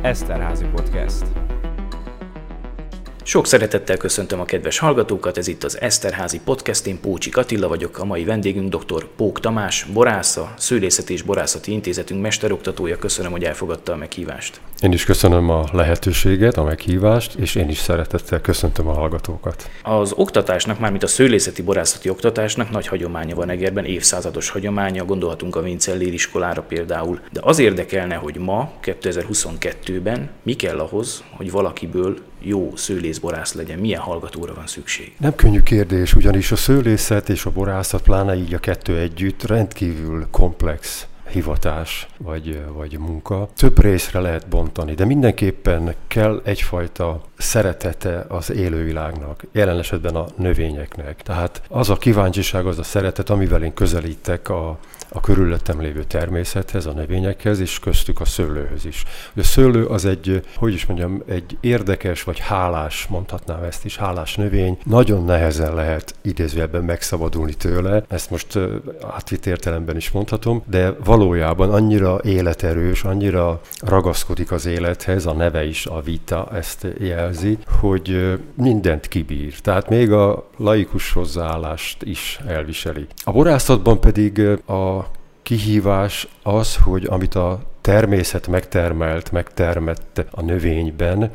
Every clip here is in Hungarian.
Eszterházy Podcast. Sok szeretettel köszöntöm a kedves hallgatókat, ez itt az Eszterházy Podcast, én Pócsik Attila vagyok, a mai vendégünk dr. Pók Tamás, borásza, Szőlészeti és Borászati Intézetünk mesteroktatója. Köszönöm, hogy elfogadta a meghívást. Én is köszönöm a lehetőséget, a meghívást, és én is szeretettel köszöntöm a hallgatókat. Az oktatásnak, mármint a szőlészeti borászati oktatásnak nagy hagyománya van Egerben, évszázados hagyománya, gondolhatunk a Vincellér iskolára például. De az érdekelne, hogy ma, 2022-ben mi kell ahhoz, hogy valakiből jó szőlészborász legyen, milyen hallgatóra van szükség? Nem könnyű kérdés, ugyanis a szőlészet és a borászat, pláne így a kettő együtt rendkívül komplex hivatás vagy munka. Több részre lehet bontani, de mindenképpen kell egyfajta szeretete az élővilágnak, jelen esetben a növényeknek. Tehát az a kíváncsiság, az a szeretet, amivel én közelítek a körülöttem lévő természethez, a növényekhez, és köztük a szőlőhöz is. A szőlő az egy érdekes, vagy hálás, mondhatnám ezt is, hálás növény. Nagyon nehezen lehet idézőjelben megszabadulni tőle, ezt most átvitt értelemben is mondhatom, de valójában annyira életerős, annyira ragaszkodik az élethez, a neve is, a vita ezt jelzi, hogy mindent kibír. Tehát még a laikus hozzáállást is elviseli. A borászatban pedig a kihívás az, hogy amit a természet megtermett a növényben,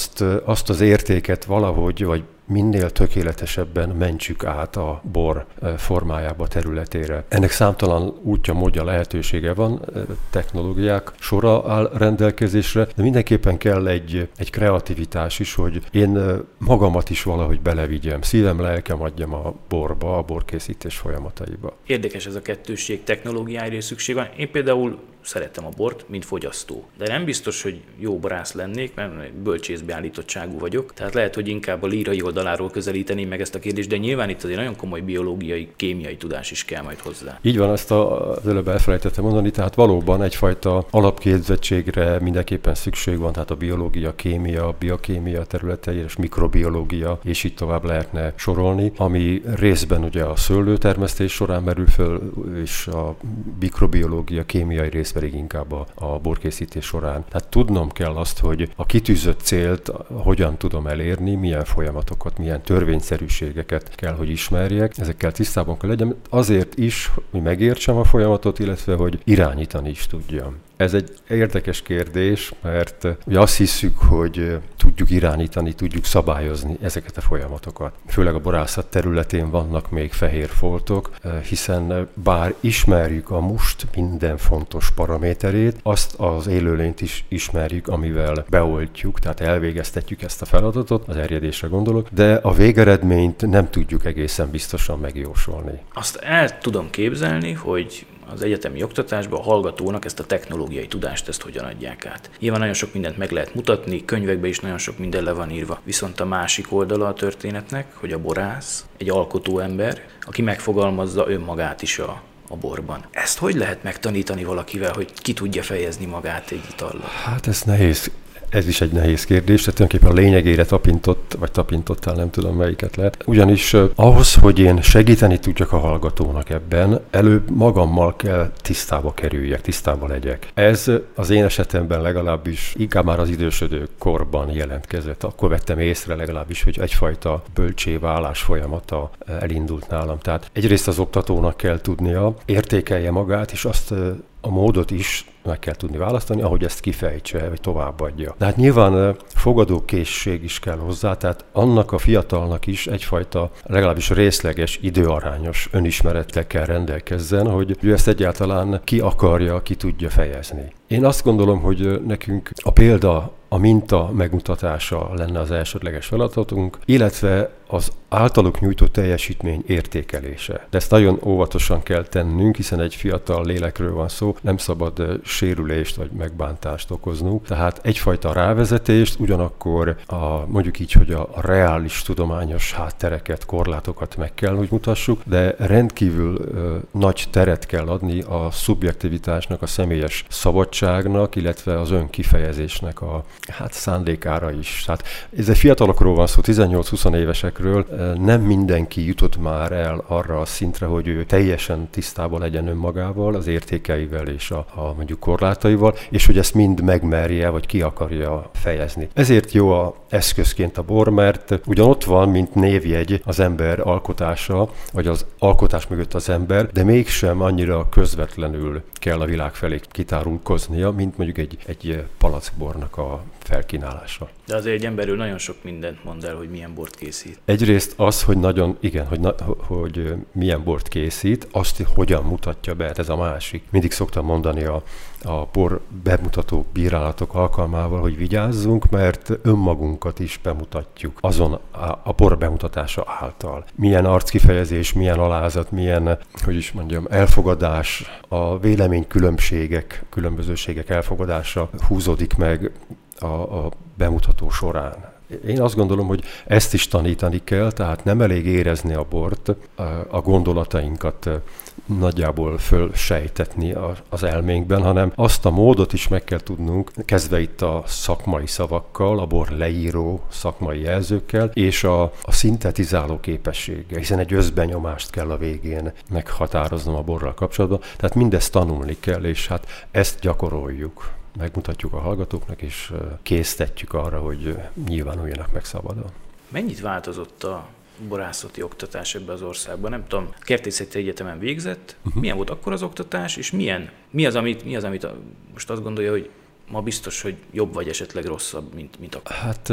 azt az értéket valahogy, vagy minél tökéletesebben mentsük át a bor formájába, területére. Ennek számtalan útja, módja, lehetősége van, technológiák sora áll rendelkezésre, de mindenképpen kell egy kreativitás is, hogy én magamat is valahogy belevigyem, szívem, lelkem adjam a borba, a borkészítés folyamataiba. Érdekes ez a kettősség, technológiára is szükség van. Én például szeretem a bort, mint fogyasztó. De nem biztos, hogy jó borász lennék, mert bölcsészbeállítottságú vagyok. Tehát lehet, hogy inkább a lírai oldaláról közelíteném meg ezt a kérdést, de nyilván itt azért nagyon komoly biológiai, kémiai tudás is kell majd hozzá. Így van, ezt az előbb elfelejtettem mondani, tehát valóban egyfajta alapképzettségre mindenképpen szükség van, tehát a biológia, kémia, biokémia területei, és mikrobiológia, és így tovább lehetne sorolni, ami részben ugye a szőlőtermesztés során merül föl, és a mikrobiológia, kémiai rész pedig inkább a borkészítés során. Tehát tudnom kell azt, hogy a kitűzött célt hogyan tudom elérni, milyen folyamatokat, milyen törvényszerűségeket kell, hogy ismerjek. Ezekkel tisztában kell legyen, azért is, hogy megértsem a folyamatot, illetve hogy irányítani is tudjam. Ez egy érdekes kérdés, mert ugye azt hiszük, hogy tudjuk irányítani, tudjuk szabályozni ezeket a folyamatokat. Főleg a borászat területén vannak még fehér foltok, hiszen bár ismerjük a must minden fontos paraméterét, azt az élőlényt is ismerjük, amivel beoltjuk, tehát elvégeztetjük ezt a feladatot, az erjedésre gondolok, de a végeredményt nem tudjuk egészen biztosan megjósolni. Azt el tudom képzelni, hogy az egyetemi oktatásban a hallgatónak ezt a technológiai tudást, ezt hogyan adják át. Nyilván nagyon sok mindent meg lehet mutatni, könyvekben is nagyon sok minden le van írva. Viszont a másik oldala a történetnek, hogy a borász egy alkotó ember, aki megfogalmazza önmagát is a borban. Ezt hogy lehet megtanítani valakivel, hogy ki tudja fejezni magát egy itallal? Hát ez nehéz. Ez is egy nehéz kérdés, tehát tulajdonképpen a lényegére tapintottál, nem tudom melyiket lehet. Ugyanis ahhoz, hogy én segíteni tudjak a hallgatónak ebben, előbb magammal kell tisztába legyek. Ez az én esetemben legalábbis inkább már az idősödő korban jelentkezett. Akkor vettem észre legalábbis, hogy egyfajta bölcsé válás folyamata elindult nálam. Tehát egyrészt az oktatónak kell tudnia, értékelje magát, és azt a módot is meg kell tudni választani, ahogy ezt kifejtse, vagy továbbadja. De hát nyilván fogadókészség is kell hozzá, tehát annak a fiatalnak is egyfajta legalábbis részleges, időarányos önismerettel kell rendelkezzen, hogy ő ezt egyáltalán ki tudja fejezni. Én azt gondolom, hogy nekünk a példa, a minta megmutatása lenne az elsődleges feladatunk, illetve az általuk nyújtott teljesítmény értékelése. De ezt nagyon óvatosan kell tennünk, hiszen egy fiatal lélekről van szó, nem szabad sérülést vagy megbántást okoznunk. Tehát egyfajta rávezetést, ugyanakkor mondjuk így, hogy a reális tudományos háttereket, korlátokat meg kell, hogy mutassuk, de rendkívül nagy teret kell adni a szubjektivitásnak, a személyes szabadságnak, illetve az önkifejezésnek a szándékára is. Tehát ez egy fiatalokról van szó, 18-20 évesekről, nem mindenki jutott már el arra a szintre, hogy ő teljesen tisztában legyen önmagával, az értékeivel és a mondjuk korlátaival, és hogy ezt mind megmerje, vagy ki akarja fejezni. Ezért jó a eszközként a bor, mert ugyan ott van, mint névjegy az ember alkotása, vagy az alkotás mögött az ember, de mégsem annyira közvetlenül kell a világ felé kitárulkoznia, mint mondjuk egy palackbornak a felkínálása. De azért egy emberről nagyon sok mindent mond el, hogy milyen bort készít. Egyrészt az, hogy hogy milyen bort készít, azt hogyan mutatja be, ez a másik. Mindig szoktam mondani a bor bemutató bírálatok alkalmával, hogy vigyázzunk, mert önmagunkat is bemutatjuk azon a bor bemutatása által. Milyen arckifejezés, milyen alázat, milyen, elfogadás, a véleménykülönbségek, különbözőségek elfogadása húzódik meg a bemutató során. Én azt gondolom, hogy ezt is tanítani kell, tehát nem elég érezni a bort, a gondolatainkat nagyjából fölsejtetni az elménkben, hanem azt a módot is meg kell tudnunk, kezdve itt a szakmai szavakkal, a bor leíró szakmai jelzőkkel, és a szintetizáló képességgel, hiszen egy összbenyomást kell a végén meghatároznom a borral kapcsolatban, tehát mindezt tanulni kell, és hát ezt gyakoroljuk. Megmutatjuk a hallgatóknak, és késztetjük arra, hogy nyilvánuljanak meg szabadon. Mennyit változott a borászati oktatás ebben az országban? Nem tudom, Kertészeti Egyetemen végzett, milyen volt akkor az oktatás, és mi az, amit most azt gondolja, hogy ma biztos, hogy jobb vagy esetleg rosszabb, mint akkor? Hát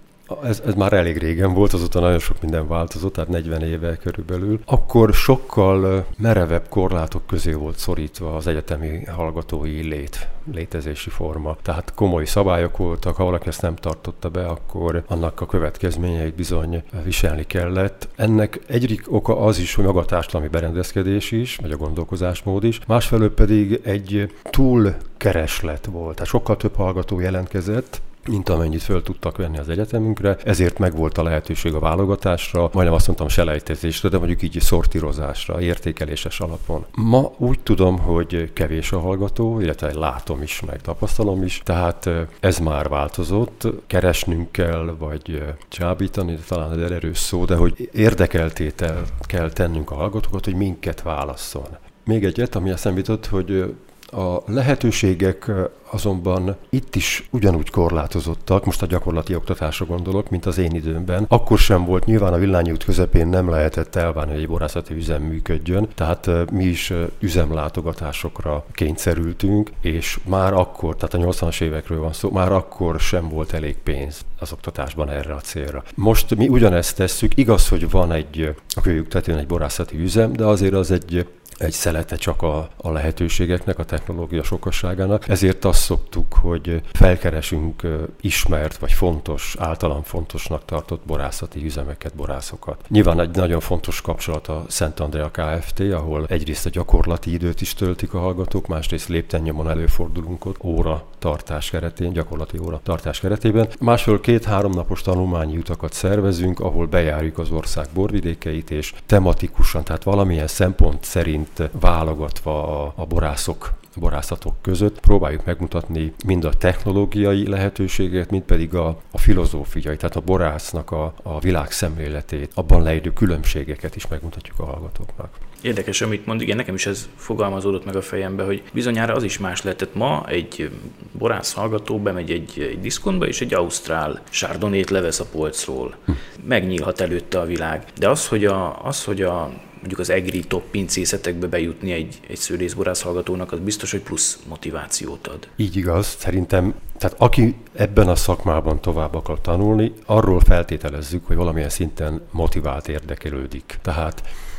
ez már elég régen volt, azóta nagyon sok minden változott, tehát 40 éve körülbelül. Akkor sokkal merevebb korlátok közé volt szorítva az egyetemi hallgatói létezési forma. Tehát komoly szabályok voltak, ha valaki ezt nem tartotta be, akkor annak a következményeit bizony viselni kellett. Ennek egyik oka az is, hogy maga a társadalmi berendezkedés is, vagy a gondolkozásmód is, másfelől pedig egy túlkereslet volt. Tehát sokkal több hallgató jelentkezett, mint amennyit föl tudtak venni az egyetemünkre, ezért megvolt a lehetőség a válogatásra, majdnem azt mondtam selejtezésre, de mondjuk így szortírozásra, értékeléses alapon. Ma úgy tudom, hogy kevés a hallgató, illetve látom is, meg tapasztalom is, tehát ez már változott, keresnünk kell, vagy csábítani, talán ez erős szó, de hogy érdekeltétel kell tennünk a hallgatókat, hogy minket válasszon. Még egyet, ami eszembe jutott, hogy a lehetőségek azonban itt is ugyanúgy korlátozottak, most a gyakorlati oktatásra gondolok, mint az én időmben. Akkor sem volt, nyilván a Villányi út közepén nem lehetett elvárni, hogy egy borászati üzem működjön, tehát mi is üzemlátogatásokra kényszerültünk, és már akkor, tehát a 80-as évekről van szó, már akkor sem volt elég pénz az oktatásban erre a célra. Most mi ugyanezt tesszük, igaz, hogy van a Kőlyük tetőn egy borászati üzem, de azért az egy szelete csak a lehetőségeknek, a technológia sokasságának. Ezért azt szoktuk, hogy felkeresünk ismert vagy fontos, általán fontosnak tartott borászati üzemeket, borászokat. Nyilván egy nagyon fontos kapcsolat a Szent Andrea Kft., ahol egyrészt a gyakorlati időt is töltik a hallgatók, másrészt léptennyomon előfordulunk ott óratartás keretén, gyakorlati óratartás keretében. Másfelől 2-3 napos tanulmányi utakat szervezünk, ahol bejárjuk az ország borvidékeit, és tematikusan, tehát valamilyen szempont szerint válogatva a borászatok között próbáljuk megmutatni mind a technológiai lehetőséget, mind pedig a filozófiai, tehát a borásznak a világszemléletét, abban lejlő különbségeket is megmutatjuk a hallgatóknak. Érdekes, amit mond, igen, nekem is ez fogalmazódott meg a fejembe, hogy bizonyára az is más lehetett. Ma egy borász hallgató bemegy egy diszkontba, és egy ausztrál sárdonét levesz a polcról. Megnyílhat előtte a világ. De az, hogy mondjuk az egri top pincészetekbe bejutni egy szőlészborász hallgatónak, az biztos, hogy plusz motivációt ad. Így igaz, szerintem, tehát aki ebben a szakmában tovább akar tanulni, arról feltételezzük, hogy valamilyen szinten motivált, érdekelődik. Tehát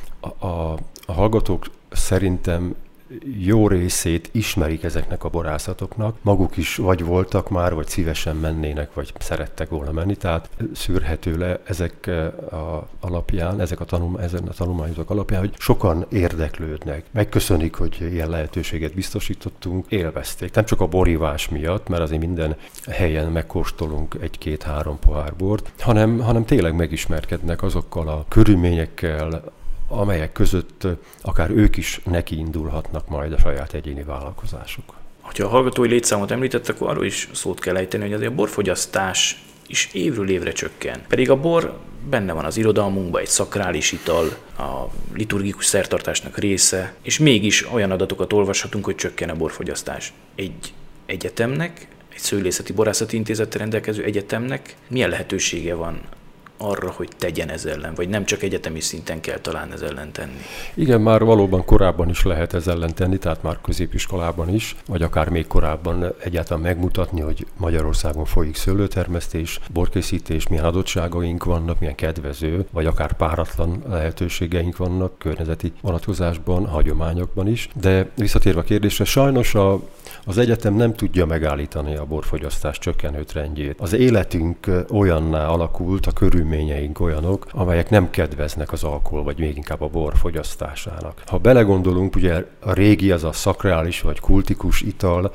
a hallgatók szerintem jó részét ismerik ezeknek a borászatoknak, maguk is vagy voltak már, vagy szívesen mennének, vagy szerettek volna menni, tehát szűrhető le ezek alapján, ezen a tanulmányok alapján, hogy sokan érdeklődnek, megköszönik, hogy ilyen lehetőséget biztosítottunk, élvezték. Nem csak a borívás miatt, mert azért minden helyen megkóstolunk 1-2-3 pohár bort, hanem tényleg megismerkednek azokkal a körülményekkel, amelyek között akár ők is nekiindulhatnak majd a saját egyéni vállalkozásuk. Ha a hallgatói létszámot említett, akkor arról is szót kell ejteni, hogy azért a borfogyasztás és évről évre csökken. Pedig a bor benne van az irodalmunkban, egy szakrális ital, a liturgikus szertartásnak része, és mégis olyan adatokat olvashatunk, hogy csökken a borfogyasztás. Egy egyetemnek, egy szőlészeti borászati intézettel rendelkező egyetemnek milyen lehetősége van arra, hogy tegyen ez ellen, vagy nem csak egyetemi szinten kell talán ez ellen tenni? Igen, már valóban korábban is lehet ez ellen tenni, tehát már középiskolában is, vagy akár még korábban egyáltalán megmutatni, hogy Magyarországon folyik szőlőtermesztés, borkészítés, milyen adottságaink vannak, milyen kedvező, vagy akár páratlan lehetőségeink vannak környezeti vonatkozásban, hagyományokban is. De visszatérve a kérdésre, sajnos az egyetem nem tudja megállítani a borfogyasztás csökkenő trendjét. Az életünk olyanná alakult, a körülményeink olyanok, amelyek nem kedveznek az alkohol, vagy még inkább a bor fogyasztásának. Ha belegondolunk, ugye a régi, az a szakrális vagy kultikus ital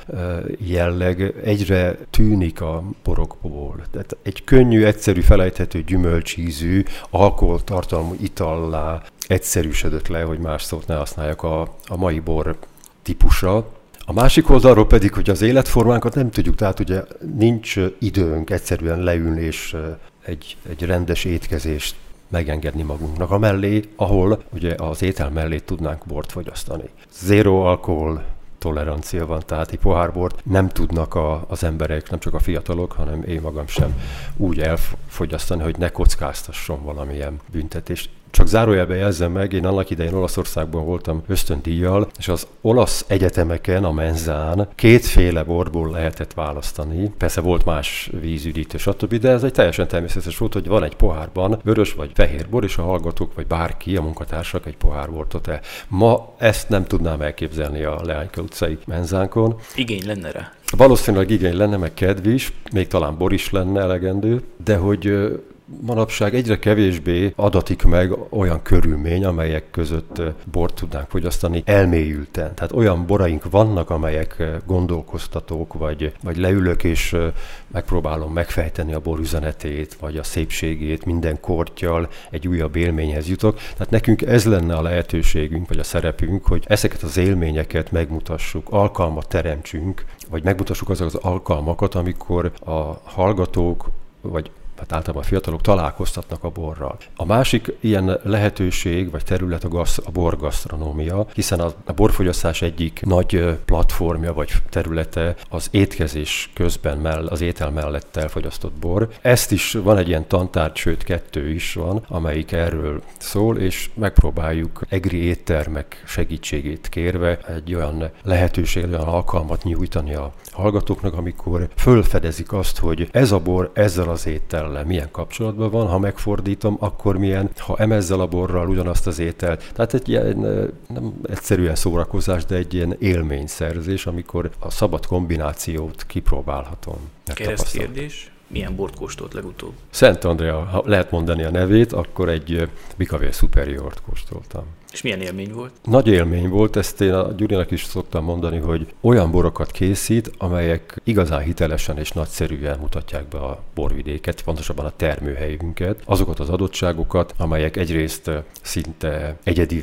jelleg egyre tűnik a borokból. Tehát egy könnyű, egyszerű, felejthető gyümölcsízű, alkoholtartalmú itallá egyszerűsödött le, hogy más szót ne használjak a mai bor típusa. A másik oldalról pedig, hogy az életformánkat nem tudjuk, tehát ugye nincs időnk egyszerűen leülni és egy rendes étkezést megengedni magunknak, amellé, ahol ugye az étel mellé tudnánk bort fogyasztani. Zero alkohol tolerancia van, tehát egy pohár bort nem tudnak az emberek, nem csak a fiatalok, hanem én magam sem úgy elfogyasztani, hogy ne kockáztasson valamilyen büntetést. Csak zárójelben jelzem meg, én annak idején Olaszországban voltam ösztöndíjjal, és az olasz egyetemeken, a menzán kétféle borból lehetett választani. Persze volt más vízüdítő, stb., de ez egy teljesen természetes volt, hogy van egy pohárban vörös vagy fehér bor, és a hallgatók vagy bárki, a munkatársak egy pohár bortot el. Ma ezt nem tudnám elképzelni a Leányka utcai menzánkon. Igény lenne rá? Valószínűleg igény lenne, meg kedv is, még talán bor is lenne elegendő, de hogy manapság egyre kevésbé adatik meg olyan körülmény, amelyek között bort tudnánk fogyasztani elmélyülten. Tehát olyan boraink vannak, amelyek gondolkoztatók, vagy leülök és megpróbálom megfejteni a bor üzenetét, vagy a szépségét minden korttyal egy újabb élményhez jutok. Tehát nekünk ez lenne a lehetőségünk, vagy a szerepünk, hogy ezeket az élményeket megmutassuk, alkalmat teremtsünk, vagy megmutassuk azokat az alkalmakat, amikor a hallgatók, vagy hát általában a fiatalok találkoztatnak a borral. A másik ilyen lehetőség vagy terület a borgasztronómia, hiszen a borfogyasztás egyik nagy platformja vagy területe az étkezés közben az étel mellett elfogyasztott bor. Ezt is van egy ilyen tantárgy, sőt 2 is van, amelyik erről szól, és megpróbáljuk egri éttermek segítségét kérve egy olyan lehetőség, olyan alkalmat nyújtani a hallgatóknak, amikor fölfedezik azt, hogy ez a bor ezzel az étellel milyen kapcsolatban van, ha megfordítom, akkor milyen, ha emezzel a borral ugyanazt az ételt. Tehát egy ilyen nem egyszerűen szórakozás, de egy ilyen élményszerzés, amikor a szabad kombinációt kipróbálhatom. Keresztkérdés. Milyen bort kóstolt legutóbb? Szent Andrea, ha lehet mondani a nevét, akkor egy Bicavere Superiort kóstoltam. És milyen élmény volt? Nagy élmény volt, ezt én a Gyurinak is szoktam mondani, hogy olyan borokat készít, amelyek igazán hitelesen és nagyszerűen mutatják be a borvidéket, pontosabban a termőhelyünket, azokat az adottságokat, amelyek egyrészt szinte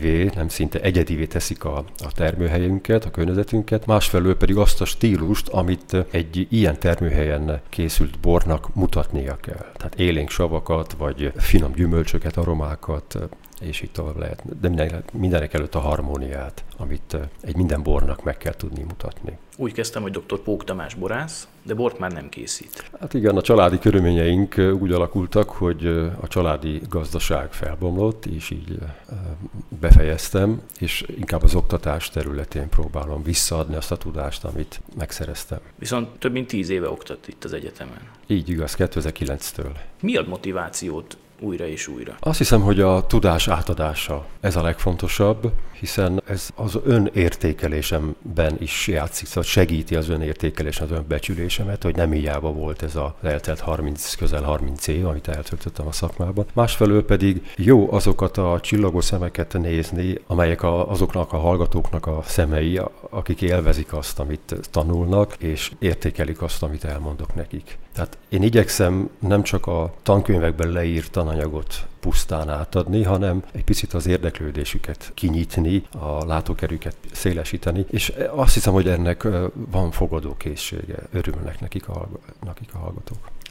egyedivé teszik a termőhelyünket, a környezetünket, másfelől pedig azt a stílust, amit egy ilyen termőhelyen készült bornak mutatnia kell. Tehát élénk savakat, vagy finom gyümölcsöket, aromákat, és így tovább lehet. De mindenek előtt a harmóniát, amit egy minden bornak meg kell tudni mutatni. Úgy kezdtem, hogy dr. Pók Tamás borász, de bort már nem készít. Hát igen, a családi körülményeink úgy alakultak, hogy a családi gazdaság felbomlott, és így befejeztem, és inkább az oktatás területén próbálom visszaadni azt a tudást, amit megszereztem. Viszont több mint 10 éve oktat itt az egyetemen. Így igaz, 2009-től. Mi ad motivációt újra és újra? Azt hiszem, hogy a tudás átadása, ez a legfontosabb, hiszen ez az önértékelésemben is játszik, szóval segíti az önértékelés, az önbecsülésemet, hogy nem hiába volt ez az eltelt közel 30 év, amit eltöltöttem a szakmában. Másfelől pedig jó azokat a csillogó szemeket nézni, amelyek azoknak a hallgatóknak a szemei, akik élvezik azt, amit tanulnak, és értékelik azt, amit elmondok nekik. Tehát én igyekszem nem csak a tankönyvekben leírt tananyagot pusztán átadni, hanem egy picit az érdeklődésüket kinyitni, a látókerüket szélesíteni, és azt hiszem, hogy ennek van fogadókészsége, örülnek nekik a hallgatók.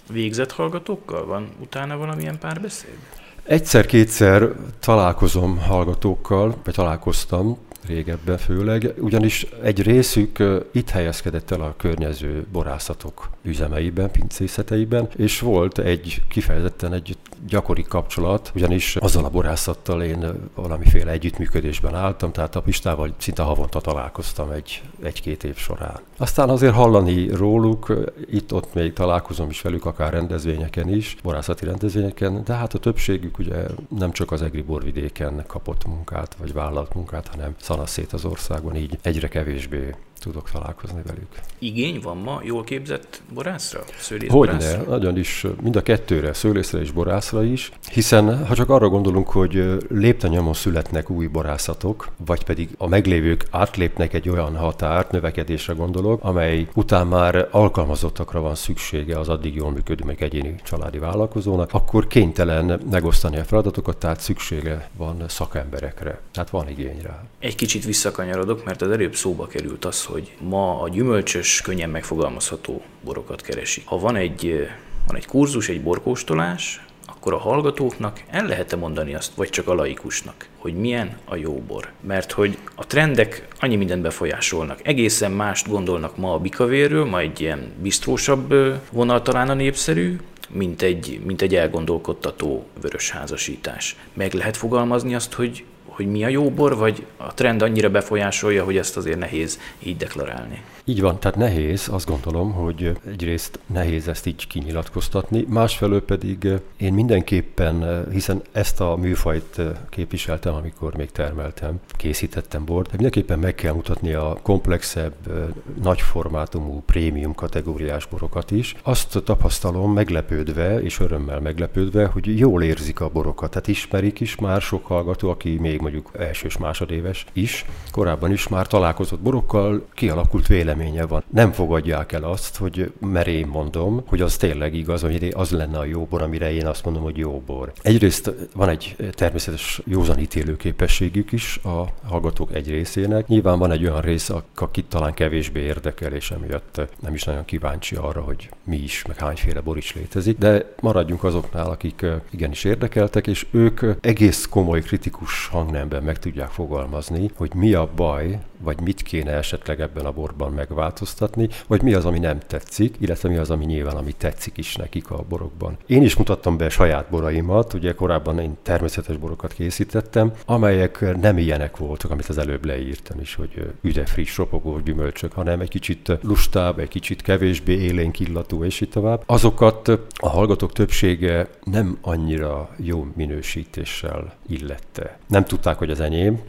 Végzett hallgatókkal van utána valamilyen párbeszéd? Egyszer-kétszer találkozom hallgatókkal, vagy találkoztam régebben főleg, ugyanis egy részük itt helyezkedett el a környező borászatok üzemeiben, pincészeteiben, és volt kifejezetten egy gyakori kapcsolat, ugyanis azzal a borászattal én valamiféle együttműködésben álltam, tehát a Pistával szinte havonta találkoztam egy-két év során. Aztán azért hallani róluk, itt-ott még találkozom is velük, akár rendezvényeken is, borászati rendezvényeken, de hát a többségük ugye nem csak az egri borvidéken kapott munkát, vagy vállalt munkát, hanem szanaszét az országon, így egyre kevésbé tudok találkozni velük. Igény van ma jól képzett borászra? Szőlészborászra? Hogyne, nagyon is, mind a kettőre, szőlészre és borászra is, hiszen ha csak arra gondolunk, hogy lépten-nyomon születnek új borászatok, vagy pedig a meglévők átlépnek egy olyan határt, növekedésre gondolok, amely után már alkalmazottakra van szüksége az addig jól működő meg egyéni családi vállalkozónak, akkor kénytelen megosztani a feladatokat, tehát szüksége van szakemberekre, tehát van igény rá. Egy kicsit visszakanyarodok, mert az előbb szóba került az, hogy ma a gyümölcsös, könnyen megfogalmazható borokat keresik. Ha van egy kurzus, egy borkóstolás, akkor a hallgatóknak el lehet-e mondani azt, vagy csak a laikusnak, hogy milyen a jó bor? Mert hogy a trendek annyi mindent befolyásolnak. Egészen mást gondolnak ma a bikavérről, ma egy ilyen bistrósabb vonal talán a népszerű, mint egy elgondolkodtató vörösházasítás. Meg lehet fogalmazni azt, hogy mi a jó bor, vagy a trend annyira befolyásolja, hogy ezt azért nehéz így deklarálni? Így van, tehát nehéz, azt gondolom, hogy egyrészt nehéz ezt így kinyilatkoztatni, másfelől pedig én mindenképpen, hiszen ezt a műfajt képviseltem, amikor még termeltem, készítettem bort, de mindenképpen meg kell mutatni a komplexebb, nagyformátumú, prémium kategóriás borokat is. Azt tapasztalom meglepődve, és örömmel meglepődve, hogy jól érzik a borokat, tehát ismerik is már sok hallgató, aki még mondjuk elsős, másodéves is, korábban is már találkozott borokkal, kialakult véleménye van. Nem fogadják el azt, hogy mert én mondom, hogy az tényleg igaz, hogy az lenne a jó bor, amire én azt mondom, hogy jó bor. Egyrészt van egy természetes józanítélő képességük is a hallgatók egy részének. Nyilván van egy olyan rész, akit talán kevésbé érdekel, és emiatt nem is nagyon kíváncsi arra, hogy mi is, meg hányféle bor is létezik, de maradjunk azoknál, akik igenis érdekeltek, és ők egész komoly kritikus hangnemben meg tudják fogalmazni, hogy mi a baj, vagy mit kéne esetleg ebben a borban megváltoztatni, vagy mi az, ami nem tetszik, illetve mi az, ami nyilván, ami tetszik is nekik a borokban. Én is mutattam be saját boraimat, ugye korábban én természetes borokat készítettem, amelyek nem ilyenek voltak, amit az előbb leírtam is, hogy üde, friss, ropogó gyümölcsök, hanem egy kicsit lustább, egy kicsit kevésbé élénk illatú, és így tovább. Azokat a hallgatók többsége nem annyira jó minősítéssel illette. Nem tudták, hogy az enyém,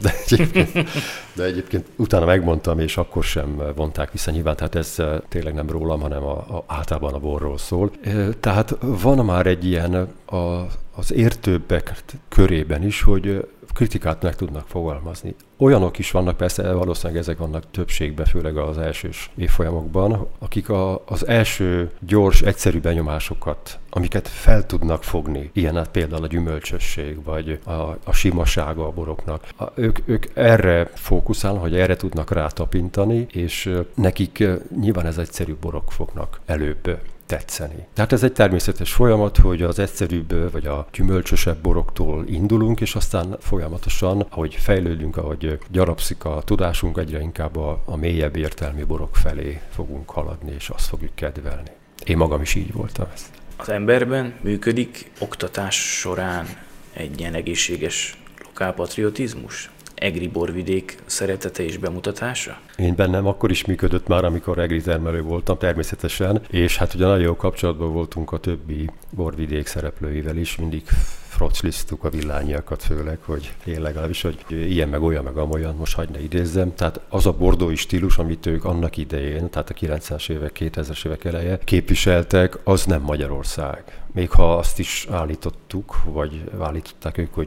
de egyébként utána megmondtam, és akkor sem vonták vissza nyilván, tehát ez tényleg nem rólam, hanem általában a borról szól. Tehát van már egy ilyen az értőbbek körében is, hogy kritikát meg tudnak fogalmazni. Olyanok is vannak, persze valószínűleg ezek vannak többségben, főleg az elsős évfolyamokban, akik az első gyors, egyszerű benyomásokat, amiket fel tudnak fogni, ilyen például a gyümölcsösség, vagy a simasága a boroknak, ők erre fókuszálnak, hogy erre tudnak rátapintani, és nekik nyilván ez egyszerű borok fognak előbb tetszeni. Tehát ez egy természetes folyamat, hogy az egyszerűbb vagy a gyümölcsösebb boroktól indulunk, és aztán folyamatosan, ahogy fejlődünk, ahogy gyarapszik a tudásunk, egyre inkább a mélyebb értelmi borok felé fogunk haladni, és azt fogjuk kedvelni. Én magam is így voltam ezt. Az emberben működik oktatás során egy ilyen egészséges lokálpatriotizmus? Egri borvidék szeretete és bemutatása? Én bennem akkor is működött már, amikor egri termelő voltam, természetesen, és hát ugye nagyon jó kapcsolatban voltunk a többi borvidék szereplőivel is, mindig frocliztuk a villányiakat főleg, hogy én legalábbis, hogy ilyen meg olyan meg amolyan, most hagyd ne idézzem. Tehát az a bordói stílus, amit ők annak idején, tehát a 90-es évek, 2000-es évek eleje képviseltek, az nem Magyarország. Még ha azt is állítottuk, vagy állították ők, hogy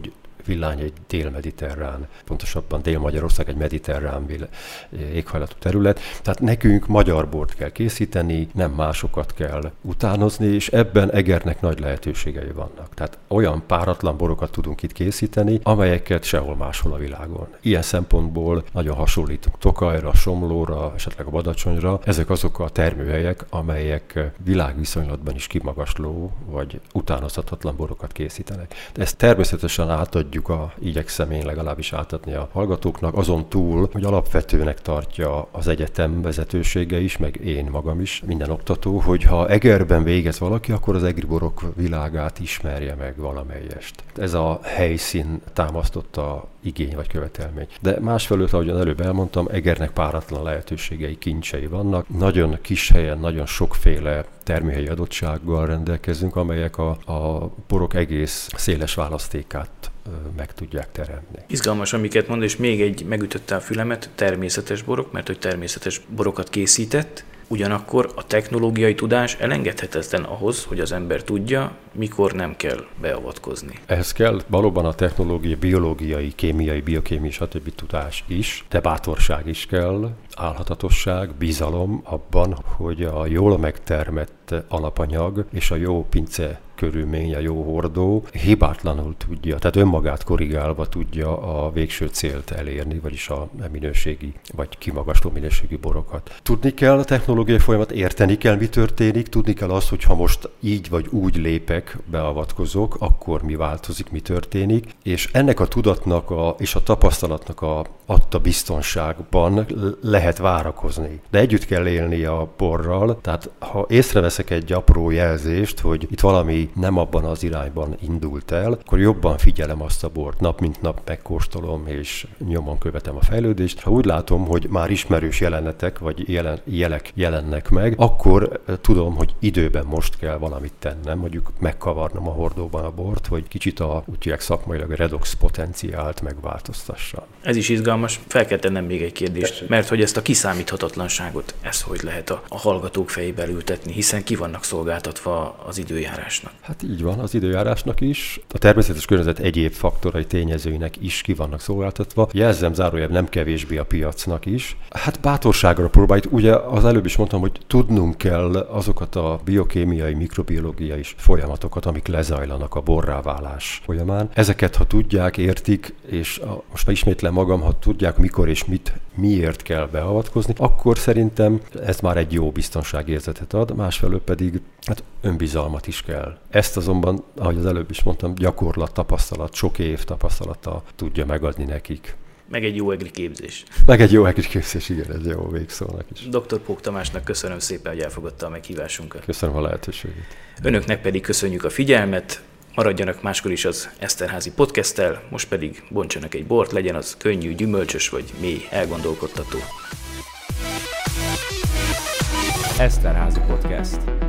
Villány egy dél-mediterrán, pontosabban Dél-Magyarország egy mediterrán éghajlatú terület. Tehát nekünk magyar bort kell készíteni, nem másokat kell utánozni, és ebben Egernek nagy lehetőségei vannak. Tehát olyan páratlan borokat tudunk itt készíteni, amelyeket sehol máshol a világon. Ilyen szempontból nagyon hasonlítunk Tokajra, Somlóra, esetleg a Badacsonyra. Ezek azok a termőhelyek, amelyek világviszonylatban is kimagasló vagy utánozhatatlan borokat készítenek. De ezt természetesen átadjuk, igyekszem én legalábbis átadni a hallgatóknak, azon túl, hogy alapvetőnek tartja az egyetem vezetősége is, meg én magam is, minden oktató, hogy ha Egerben végez valaki, akkor az egri borok világát ismerje meg valamelyest. Ez a helyszín támasztotta igény vagy követelmény. De másfelől, ahogyan előbb elmondtam, Egernek páratlan lehetőségei, kincsei vannak. Nagyon kis helyen, nagyon sokféle termőhelyi adottsággal rendelkezünk, amelyek a borok egész széles választékát meg tudják teremni. Izgalmas, amiket mond, és még egy megütötte a fülemet, természetes borok, mert hogy természetes borokat készített, ugyanakkor a technológiai tudás elengedhetetlen ahhoz, hogy az ember tudja, mikor nem kell beavatkozni. Ehhez kell valóban a technológiai, biológiai, kémiai, biokémiai, stb. Tudás is, de bátorság is kell, álhatatosság, bizalom abban, hogy a jól megtermett alapanyag és a jó pince körülmény, a jó hordó hibátlanul tudja, tehát önmagát korrigálva tudja a végső célt elérni, vagyis a minőségi vagy kimagasló minőségi borokat. Tudni kell a technológiai folyamat, érteni kell, mi történik, tudni kell azt, hogy ha most így vagy úgy lépek, beavatkozok, akkor mi változik, mi történik, és ennek a tudatnak és a tapasztalatnak adta biztonságban lehet várakozni. De együtt kell élni a borral, tehát ha észreveszek egy apró jelzést, hogy itt valami nem abban az irányban indult el, akkor jobban figyelem azt a bort, nap mint nap megkóstolom, és nyomon követem a fejlődést. Ha úgy látom, hogy már ismerős jelenetek, vagy jelek jelennek meg, akkor tudom, hogy időben most kell valamit tennem, mondjuk megkavarnom a hordóban a bort, hogy kicsit úgy szakmailag a redox potenciált megváltoztassam. Ez is izgalmas, fel kell tennem még egy kérdést, mert hogy ezt a kiszámíthatatlanságot, hogy lehet a hallgatók fejébe ültetni, hiszen ki vannak szolgáltatva az időjárásnak. Hát így van, az időjárásnak is, a természetes környezet egyéb faktorai, tényezőinek is ki vannak szolgáltatva. Jelzem zárójelben nem kevésbé a piacnak is. Hát bátorságra próbáljuk, ugye az előbb is mondtam, hogy tudnunk kell azokat a biokémiai, mikrobiológiai folyamatokat, amik lezajlanak a borráválás folyamán. Ezeket, ha tudják, értik, és most már ismétlem magam, ha tudják, mikor és miért kell beavatkozni, akkor szerintem ez már egy jó biztonságérzetet ad, másfelől pedig önbizalmat is kell. Ezt azonban, ahogy az előbb is mondtam, gyakorlat, tapasztalat, sok év tapasztalata tudja megadni nekik. Meg egy jó egri képzés. Meg egy jó egri képzés, igen, ez jó végszónak is. Dr. Pók Tamásnak köszönöm szépen, hogy elfogadta a meghívásunkat. Köszönöm a lehetőséget. Önöknek pedig köszönjük a figyelmet, maradjanak máskor is az Eszterházy podcasttel, most pedig bontsanak egy bort, legyen az könnyű, gyümölcsös vagy mély, elgondolkodtató. Eszterházy Podcast.